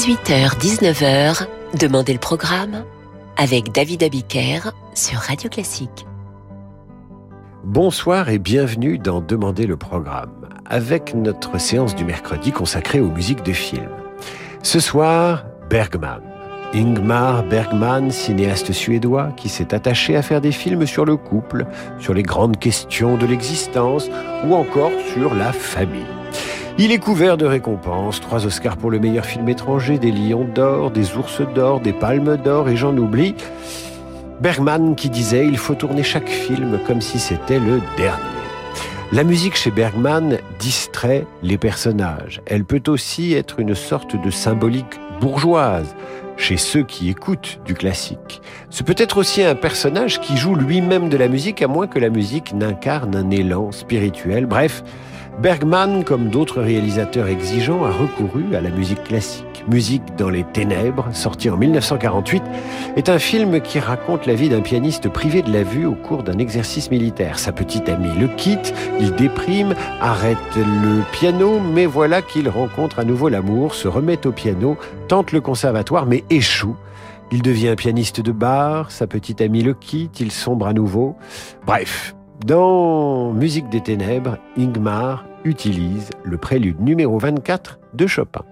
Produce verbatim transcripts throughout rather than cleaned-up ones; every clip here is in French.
dix-huit heures dix-neuf heures, Demandez le programme avec David Abiker sur Radio Classique. Bonsoir et bienvenue dans Demandez le programme, avec notre séance du mercredi consacrée aux musiques de films. Ce soir, Bergman. Ingmar Bergman, cinéaste suédois qui s'est attaché à faire des films sur le couple, sur les grandes questions de l'existence ou encore sur la famille. Il est couvert de récompenses, trois Oscars pour le meilleur film étranger, des Lions d'or, des Ours d'or, des Palmes d'or et j'en oublie. Bergman qui disait « Il faut tourner chaque film comme si c'était le dernier ». La musique chez Bergman distrait les personnages. Elle peut aussi être une sorte de symbolique bourgeoise chez ceux qui écoutent du classique. Ce peut être aussi un personnage qui joue lui-même de la musique, à moins que la musique n'incarne un élan spirituel. Bref, Bergman, comme d'autres réalisateurs exigeants, a recouru à la musique classique. Musique dans les ténèbres, sorti en mille neuf cent quarante-huit, est un film qui raconte la vie d'un pianiste privé de la vue au cours d'un exercice militaire. Sa petite amie le quitte, il déprime, arrête le piano, mais voilà qu'il rencontre à nouveau l'amour, se remet au piano, tente le conservatoire, mais échoue. Il devient pianiste de bar, sa petite amie le quitte, il sombre à nouveau. Bref, dans Musique des ténèbres, Ingmar utilise le prélude numéro vingt-quatre de Chopin.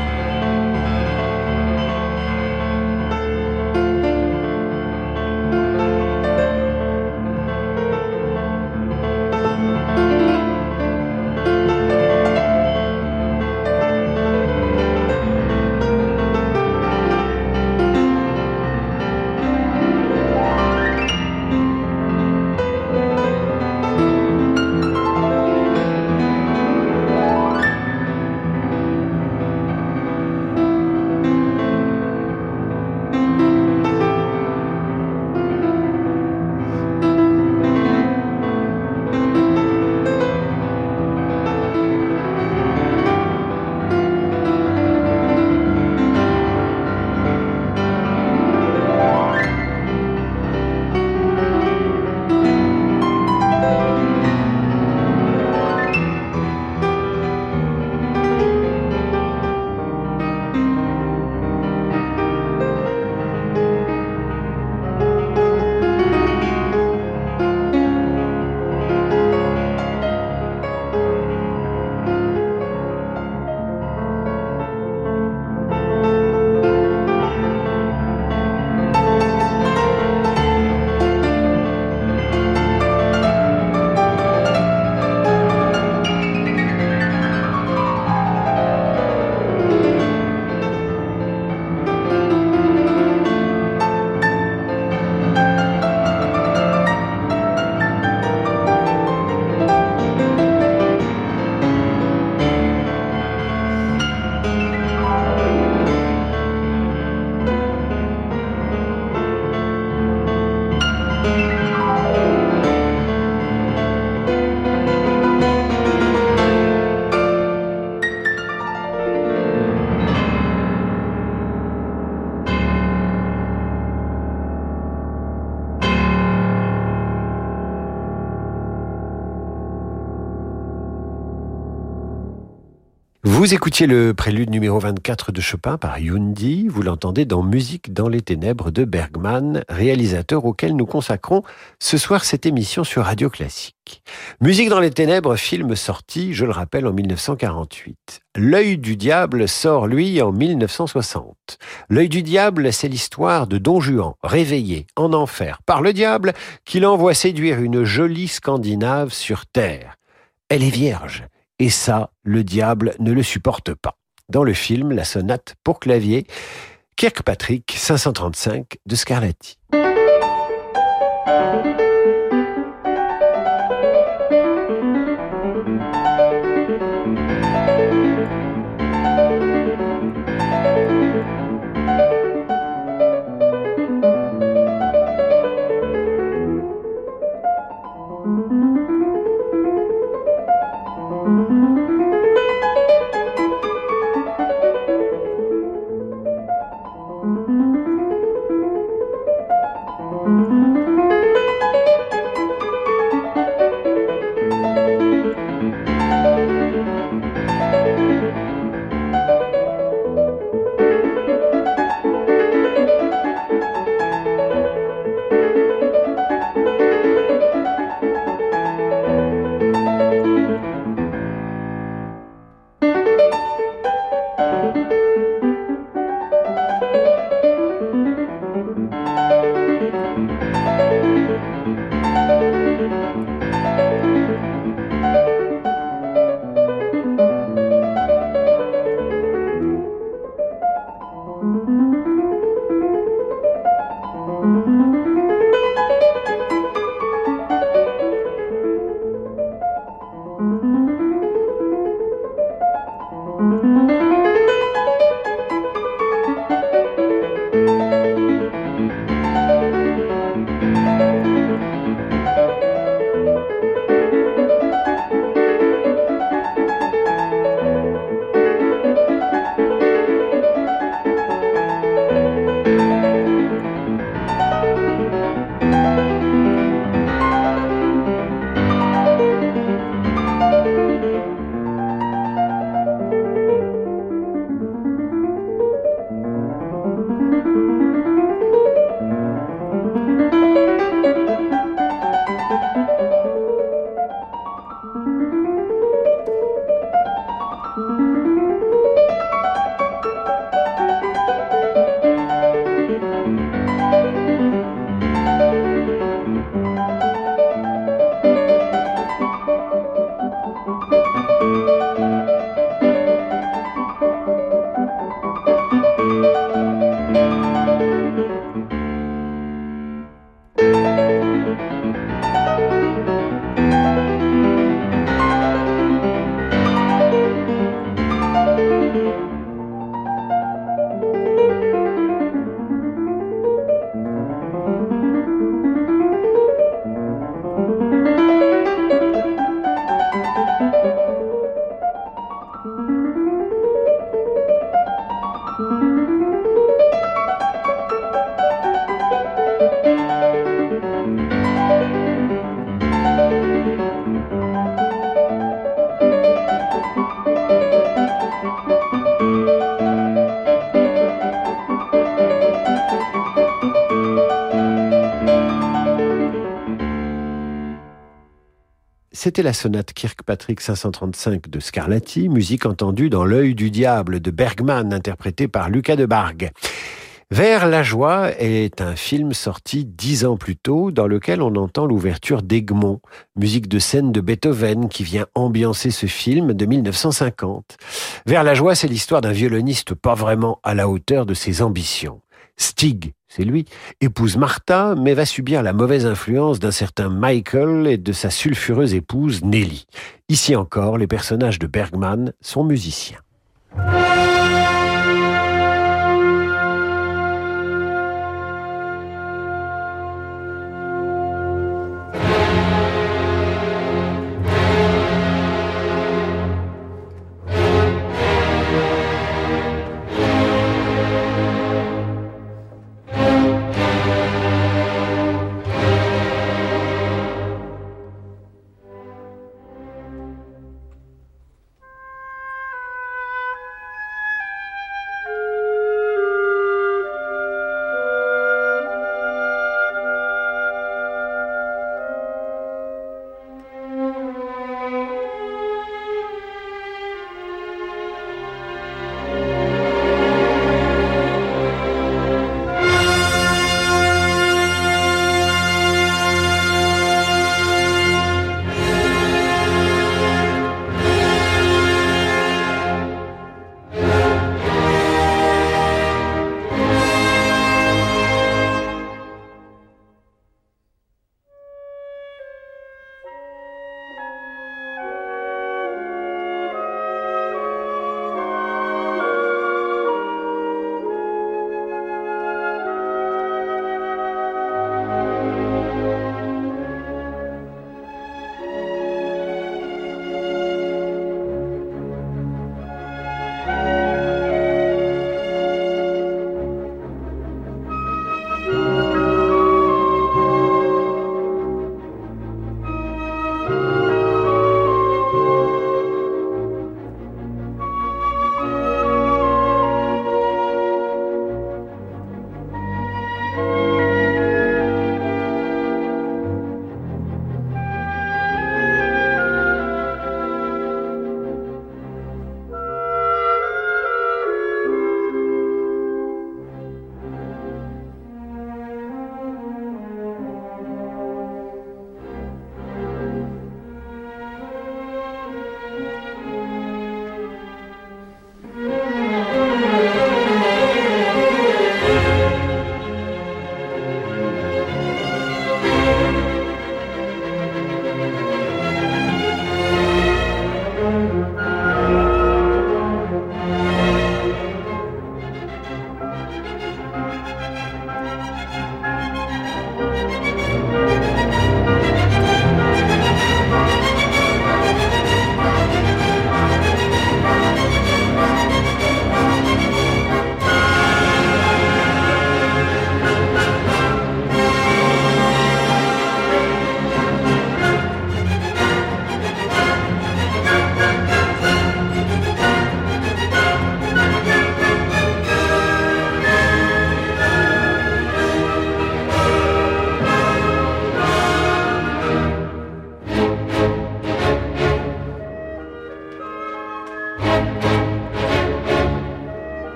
Vous écoutiez le prélude numéro vingt-quatre de Chopin par Hyundai, vous l'entendez dans Musique dans les ténèbres de Bergman, réalisateur auquel nous consacrons ce soir cette émission sur Radio Classique. Musique dans les ténèbres, film sorti, je le rappelle, en mille neuf cent quarante-huit. L'œil du diable sort, lui, en mille neuf cent soixante. L'œil du diable, c'est l'histoire de Don Juan, réveillé en enfer par le diable, qui l'envoie séduire une jolie Scandinave sur terre. Elle est vierge. Et ça, le diable ne le supporte pas. Dans le film, la sonate pour clavier, Kirkpatrick cinq cent trente-cinq de Scarlatti. C'était la sonate Kirkpatrick cinq cent trente-cinq de Scarlatti, musique entendue dans L'œil du diable de Bergman, interprété par Lucas de Bargue. Vers la joie est un film sorti dix ans plus tôt, dans lequel on entend l'ouverture d'Egmont, musique de scène de Beethoven qui vient ambiancer ce film de mille neuf cent cinquante. Vers la joie, c'est l'histoire d'un violoniste pas vraiment à la hauteur de ses ambitions. Stig, c'est lui, épouse Martha, mais va subir la mauvaise influence d'un certain Michael et de sa sulfureuse épouse Nelly. Ici encore, les personnages de Bergman sont musiciens.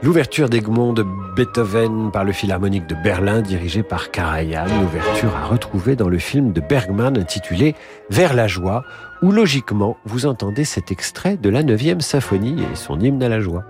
L'ouverture d'Egmont de Beethoven par le Philharmonique de Berlin dirigé par Karajan, ouverture à retrouver dans le film de Bergman intitulé Vers la joie, où logiquement vous entendez cet extrait de la neuvième symphonie et son hymne à la joie.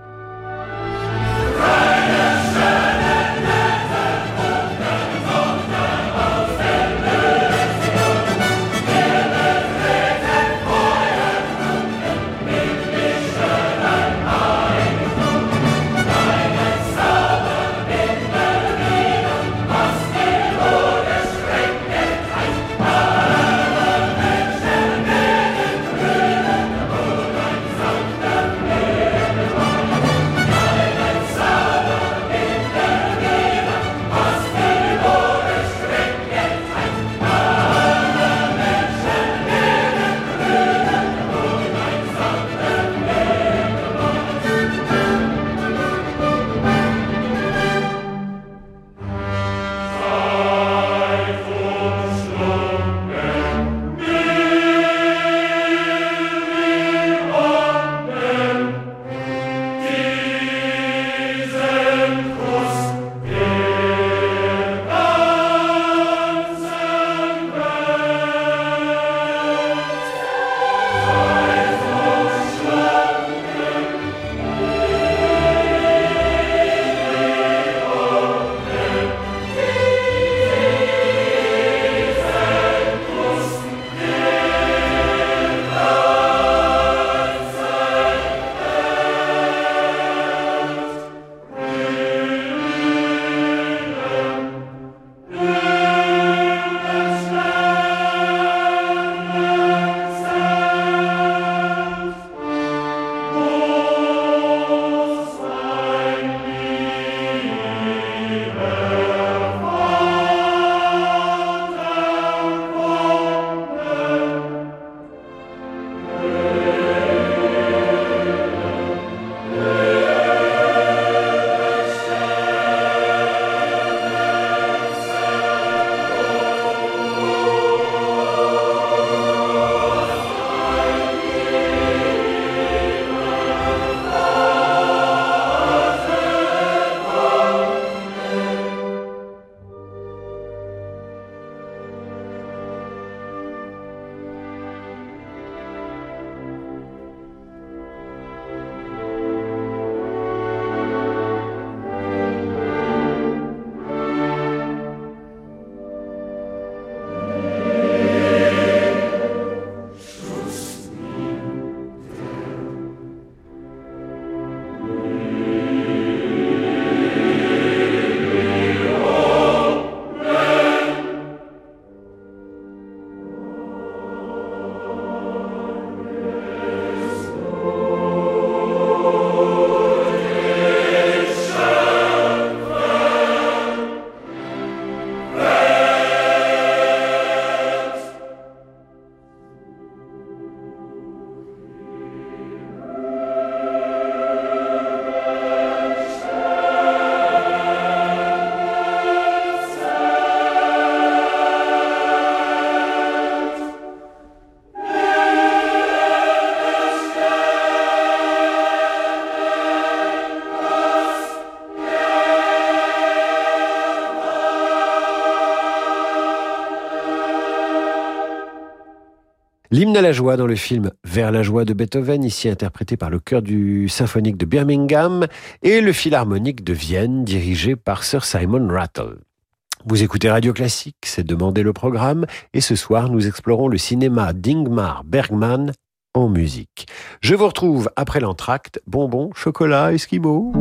L'hymne à la joie dans le film Vers la joie de Beethoven, ici interprété par le chœur du symphonique de Birmingham et le philharmonique de Vienne, dirigé par Sir Simon Rattle. Vous écoutez Radio Classique, c'est Demander le programme, et ce soir nous explorons le cinéma d'Ingmar Bergman en musique. Je vous retrouve après l'entracte, bonbons, chocolat, esquimaux.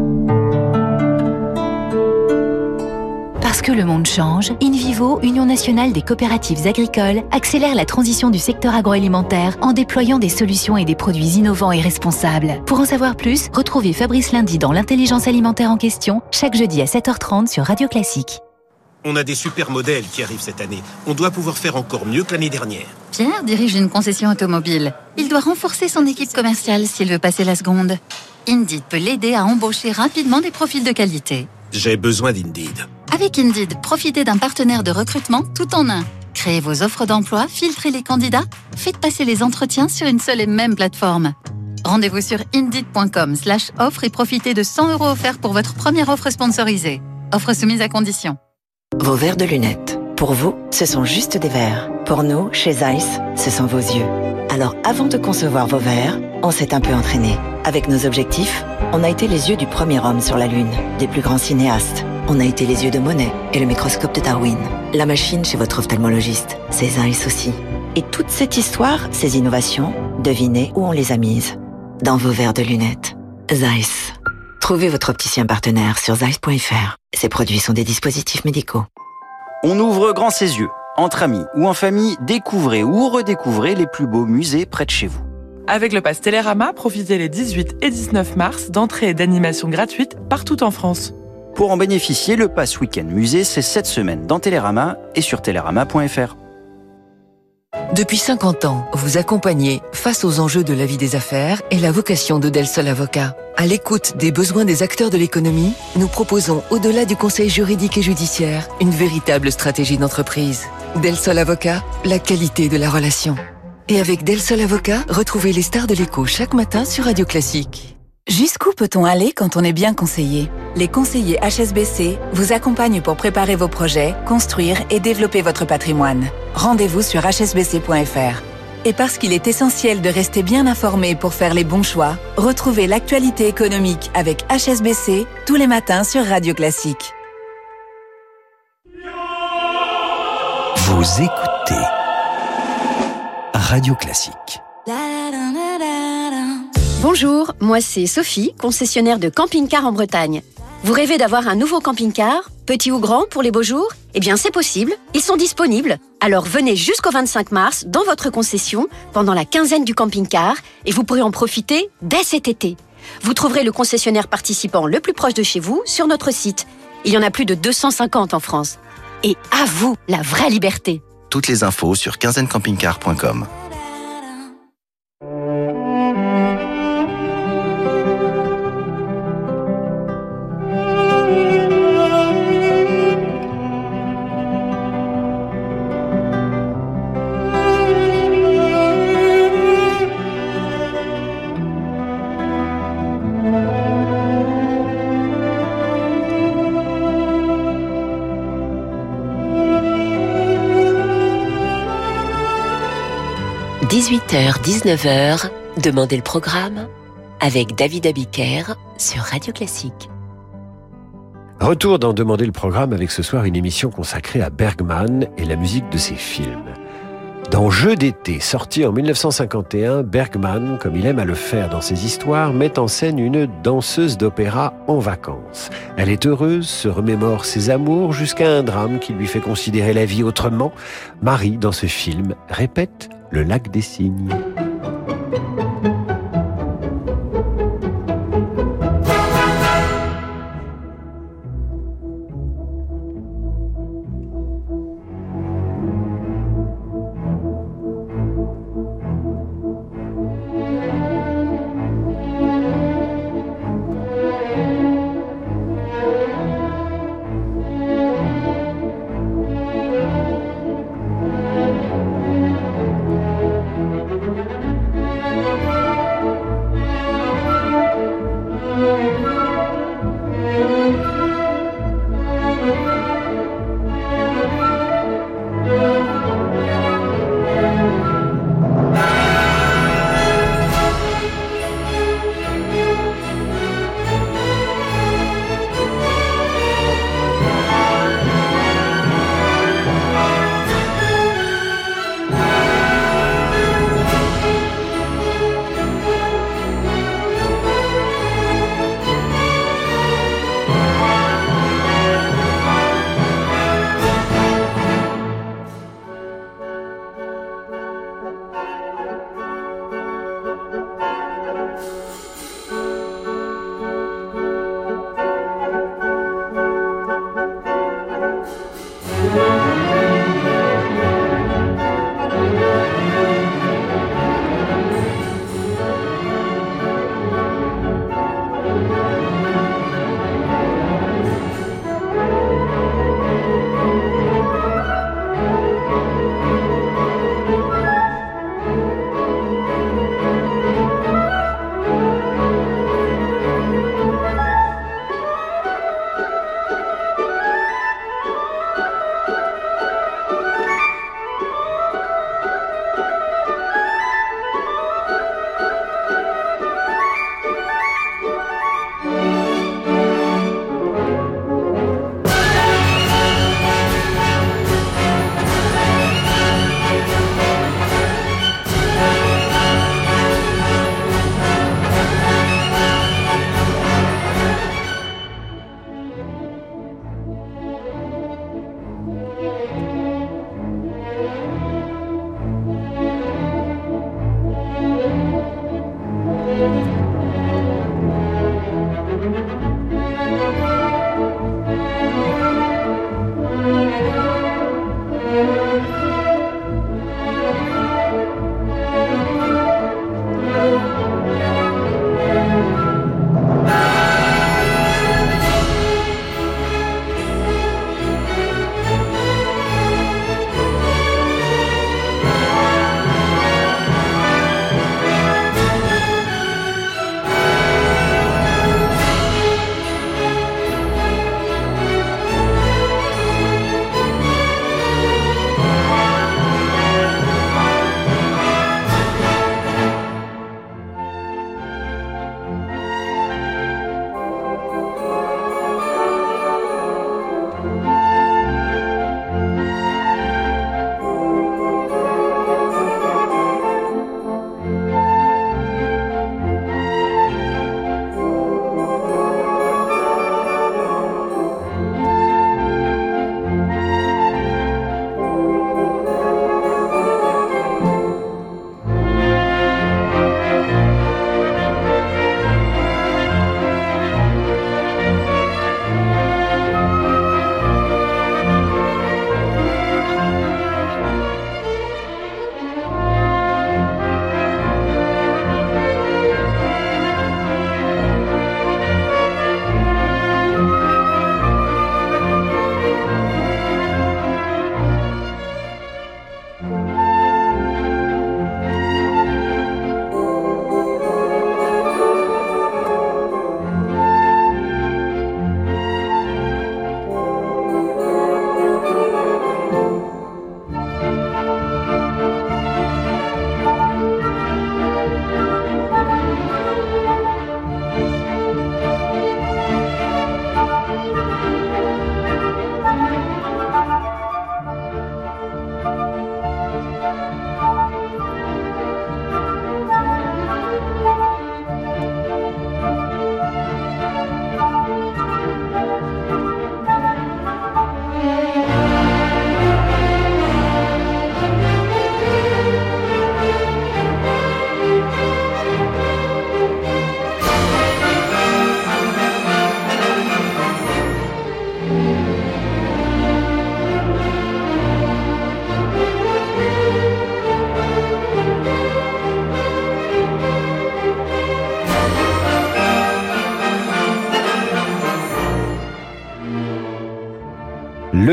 Parce que le monde change, InVivo, Union nationale des coopératives agricoles, accélère la transition du secteur agroalimentaire en déployant des solutions et des produits innovants et responsables. Pour en savoir plus, retrouvez Fabrice Lundi dans l'intelligence alimentaire en question, chaque jeudi à sept heures trente sur Radio Classique. On a des super modèles qui arrivent cette année. On doit pouvoir faire encore mieux que l'année dernière. Pierre dirige une concession automobile. Il doit renforcer son équipe commerciale s'il veut passer la seconde. Indeed peut l'aider à embaucher rapidement des profils de qualité. J'ai besoin d'Indeed. Avec Indeed, profitez d'un partenaire de recrutement tout en un. Créez vos offres d'emploi, filtrez les candidats, faites passer les entretiens sur une seule et même plateforme. Rendez-vous sur indeed.com slash offre et profitez de cent euros offerts pour votre première offre sponsorisée. Offre soumise à condition. Vos verres de lunettes. Pour vous, ce sont juste des verres. Pour nous, chez Zeiss, ce sont vos yeux. Alors avant de concevoir vos verres, on s'est un peu entraîné. Avec nos objectifs, on a été les yeux du premier homme sur la Lune, des plus grands cinéastes. On a été les yeux de Monet et le microscope de Darwin. La machine chez votre ophtalmologiste, c'est Zeiss aussi. Et toute cette histoire, ces innovations, devinez où on les a mises. Dans vos verres de lunettes. Zeiss. Trouvez votre opticien partenaire sur zeiss point f r. Ces produits sont des dispositifs médicaux. On ouvre grand ses yeux. Entre amis ou en famille, découvrez ou redécouvrez les plus beaux musées près de chez vous. Avec le pass Télérama, profitez les dix-huit et dix-neuf mars d'entrées et d'animations gratuites partout en France. Pour en bénéficier, le pass Week-end Musée, c'est cette semaine dans Télérama et sur télérama point f r. Depuis cinquante ans, vous accompagnez face aux enjeux de la vie des affaires et la vocation de Del Sol Avocat. À l'écoute des besoins des acteurs de l'économie, nous proposons, au-delà du conseil juridique et judiciaire, une véritable stratégie d'entreprise. Del Sol Avocat, la qualité de la relation. Et avec Del Sol Avocat, retrouvez les stars de l'écho chaque matin sur Radio Classique. Jusqu'où peut-on aller quand on est bien conseillé ? Les conseillers H S B C vous accompagnent pour préparer vos projets, construire et développer votre patrimoine. Rendez-vous sur h s b c point f r. Et parce qu'il est essentiel de rester bien informé pour faire les bons choix, retrouvez l'actualité économique avec H S B C tous les matins sur Radio Classique. Vous écoutez Radio Classique. Bonjour, moi c'est Sophie, concessionnaire de camping-car en Bretagne. Vous rêvez d'avoir un nouveau camping-car, petit ou grand, pour les beaux jours ? Eh bien c'est possible, ils sont disponibles. Alors venez jusqu'au vingt-cinq mars dans votre concession pendant la quinzaine du camping-car et vous pourrez en profiter dès cet été. Vous trouverez le concessionnaire participant le plus proche de chez vous sur notre site. Il y en a plus de deux cent cinquante en France. Et à vous, la vraie liberté. Toutes les infos sur quinzaine camping car point com. dix-huit heures dix-neuf heures, Demandez le programme avec David Abiker sur Radio Classique. Retour dans Demandez le programme avec ce soir une émission consacrée à Bergman et la musique de ses films. Dans Jeux d'été, sorti en dix-neuf cent cinquante et un, Bergman, comme il aime à le faire dans ses histoires, met en scène une danseuse d'opéra en vacances. Elle est heureuse, se remémore ses amours jusqu'à un drame qui lui fait considérer la vie autrement. Marie, dans ce film, répète le lac des cygnes.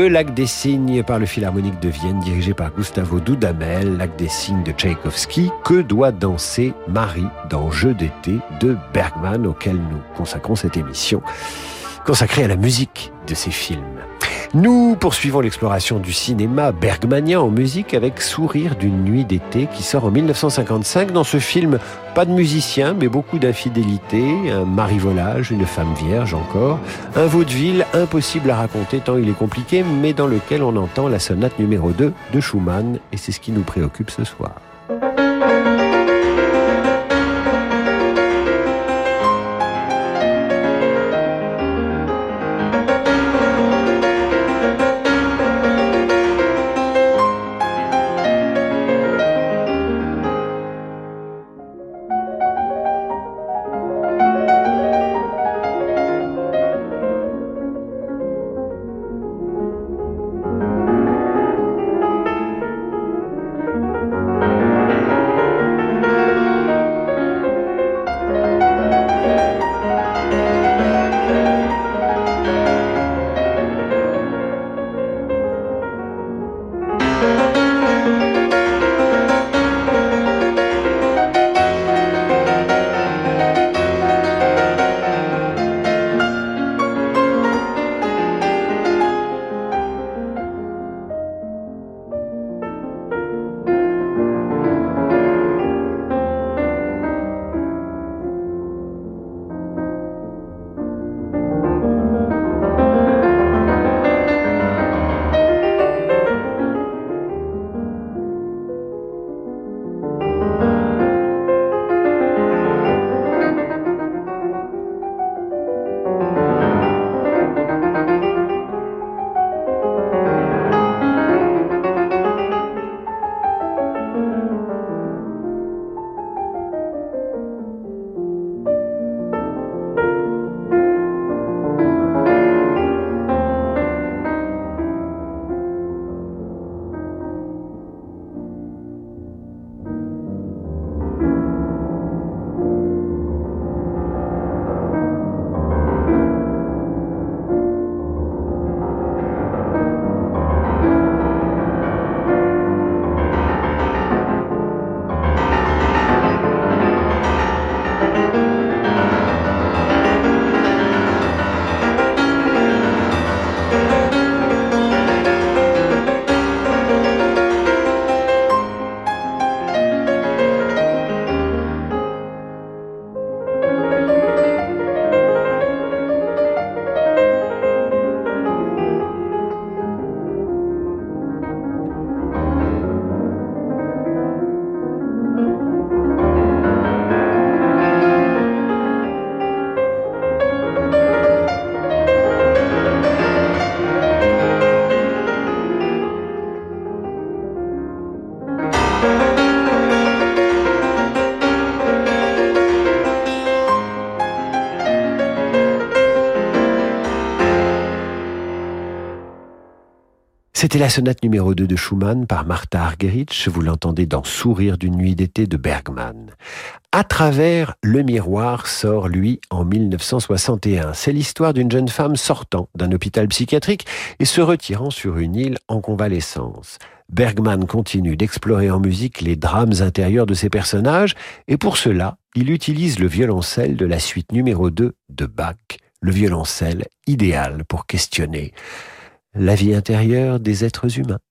Lac des Cygnes par le Philharmonique de Vienne, dirigé par Gustavo Dudamel, Lac des Cygnes de Tchaïkovski. Que doit danser Marie dans Jeux d'été de Bergman, auquel nous consacrons cette émission consacrée à la musique de ces films. Nous poursuivons l'exploration du cinéma bergmanien en musique avec Sourire d'une nuit d'été qui sort en dix-neuf cent cinquante-cinq. Dans ce film, pas de musicien, mais beaucoup d'infidélité, un marivolage, une femme vierge encore, un vaudeville impossible à raconter tant il est compliqué, mais dans lequel on entend la sonate numéro deux de Schumann, et c'est ce qui nous préoccupe ce soir. C'était la sonate numéro deux de Schumann par Martha Argerich. Vous l'entendez dans Sourire d'une nuit d'été de Bergman. À travers le miroir sort, lui, en dix-neuf cent soixante et un. C'est l'histoire d'une jeune femme sortant d'un hôpital psychiatrique et se retirant sur une île en convalescence. Bergman continue d'explorer en musique les drames intérieurs de ses personnages et pour cela, il utilise le violoncelle de la suite numéro deux de Bach, le violoncelle idéal pour questionner la vie intérieure des êtres humains.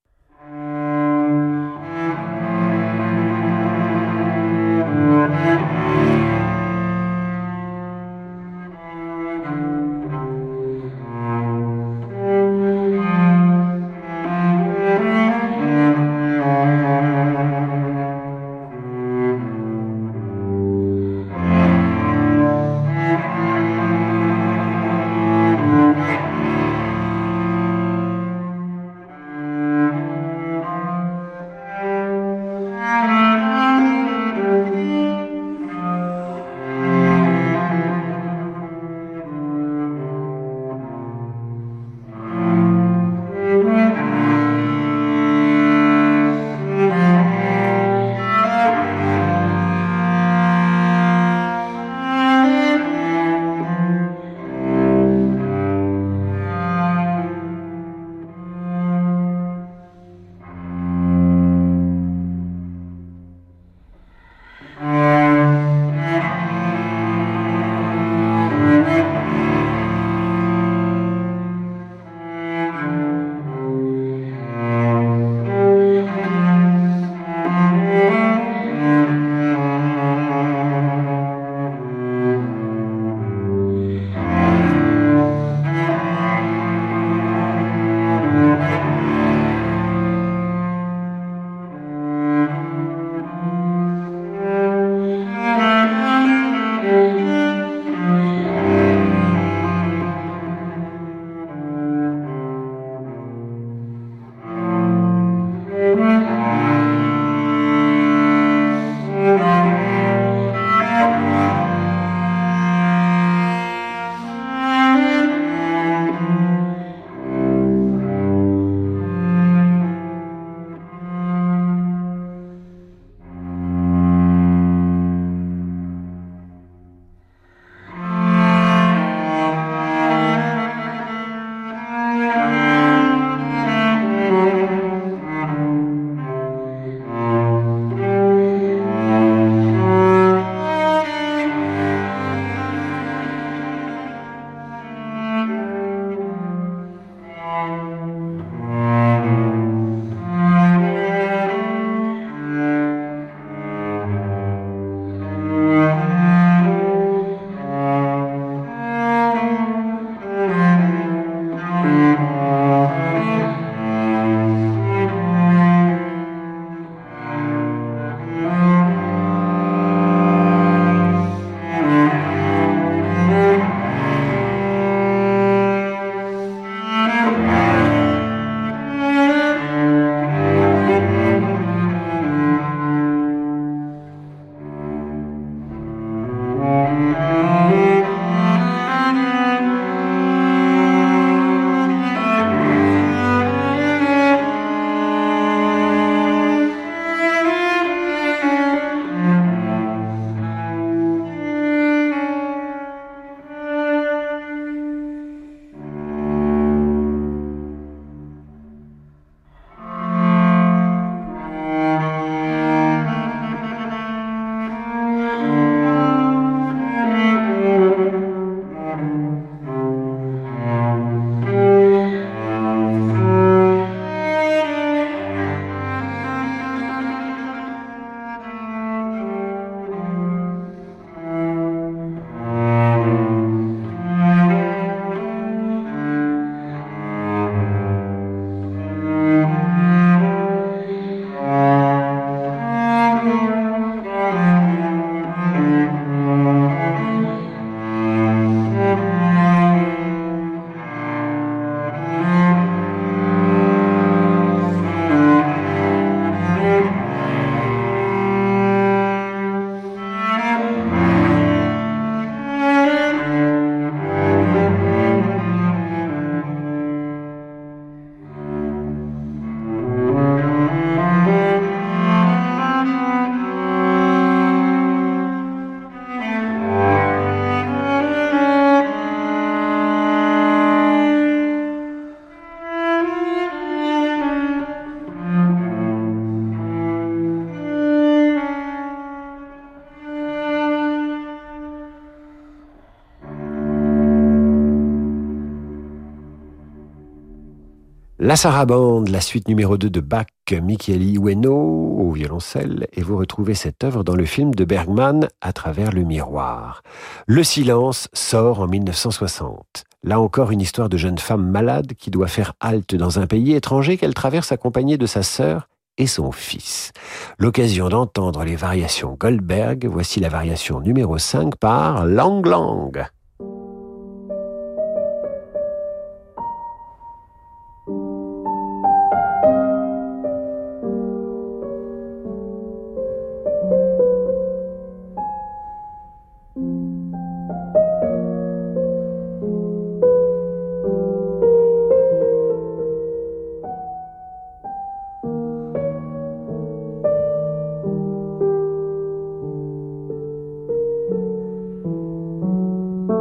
La Sarabande, la suite numéro deux de Bach, Michele Ueno au violoncelle, et vous retrouvez cette œuvre dans le film de Bergman, À travers le miroir. Le silence sort en mille neuf cent soixante. Là encore, une histoire de jeune femme malade qui doit faire halte dans un pays étranger qu'elle traverse accompagnée de sa sœur et son fils. L'occasion d'entendre les variations Goldberg, voici la variation numéro cinq par Lang Lang. Thank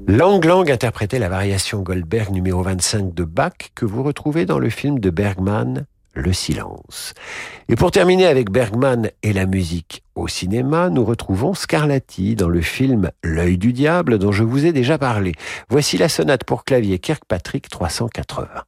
Lang Lang interprétait la variation Goldberg numéro vingt-cinq de Bach que vous retrouvez dans le film de Bergman, Le Silence. Et pour terminer avec Bergman et la musique au cinéma, nous retrouvons Scarlatti dans le film L'œil du diable dont je vous ai déjà parlé. Voici la sonate pour clavier Kirkpatrick trois cent quatre-vingts.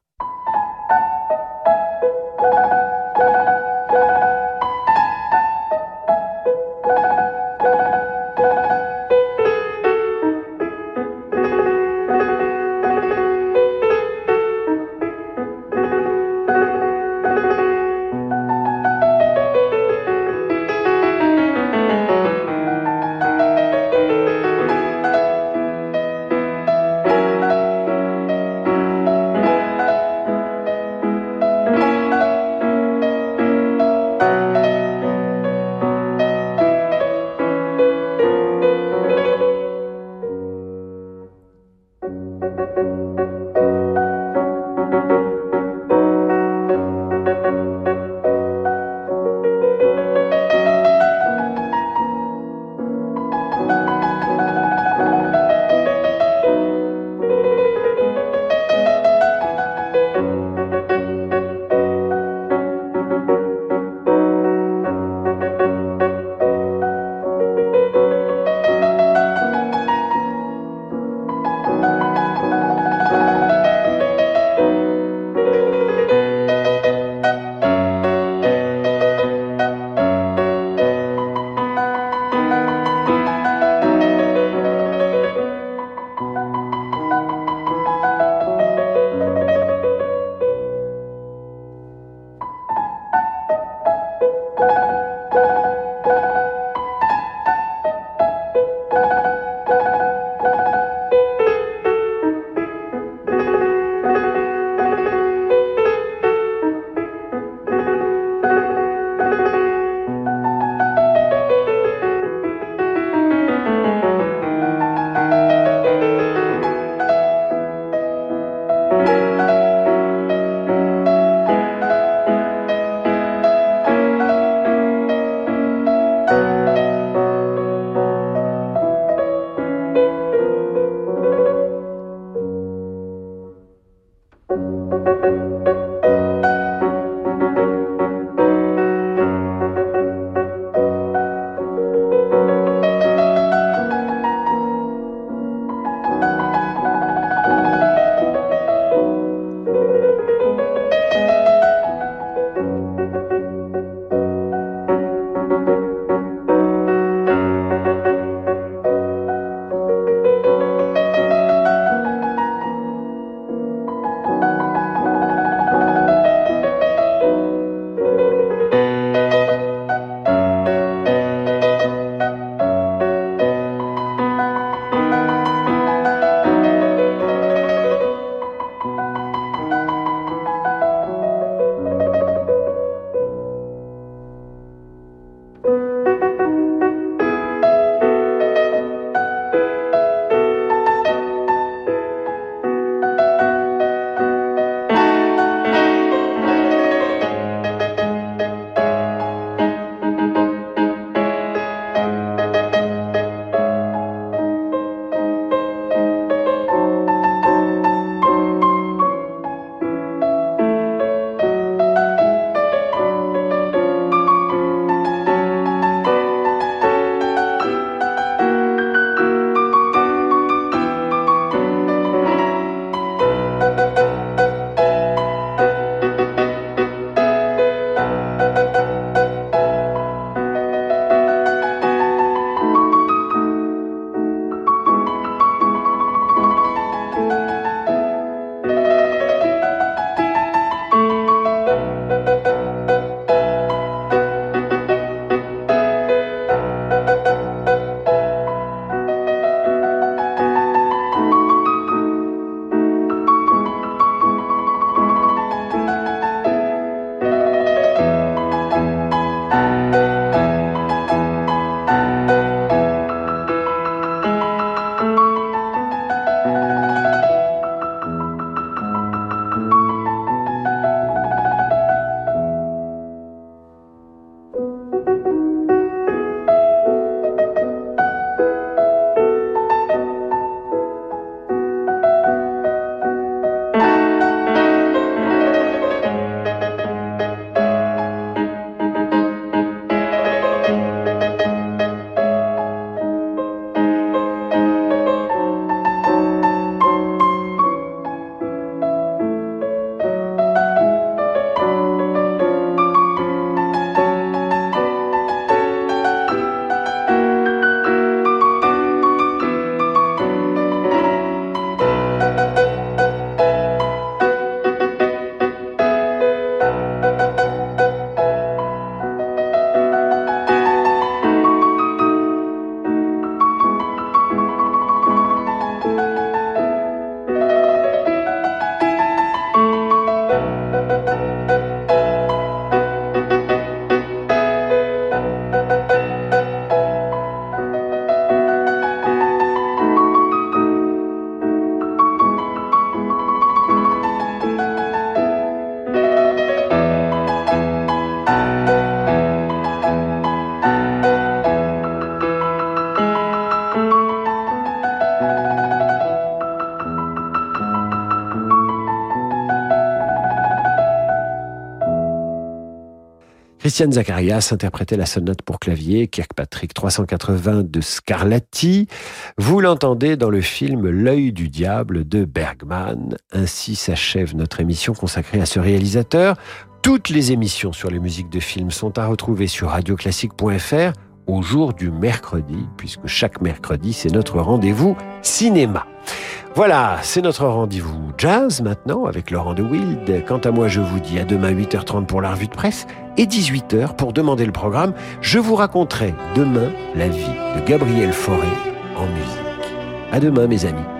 Christiane Zacharias interprétait la sonate pour clavier Kirkpatrick trois cent quatre-vingts de Scarlatti. Vous l'entendez dans le film L'œil du diable de Bergman. Ainsi s'achève notre émission consacrée à ce réalisateur. Toutes les émissions sur les musiques de films sont à retrouver sur radio classique point f r au jour du mercredi, puisque chaque mercredi, c'est notre rendez-vous cinéma. Voilà, c'est notre rendez-vous jazz maintenant avec Laurent de Wild. Quant à moi, je vous dis à demain huit heures trente pour la revue de presse et dix-huit heures pour demander le programme. Je vous raconterai demain la vie de Gabriel Fauré en musique. À demain, mes amis.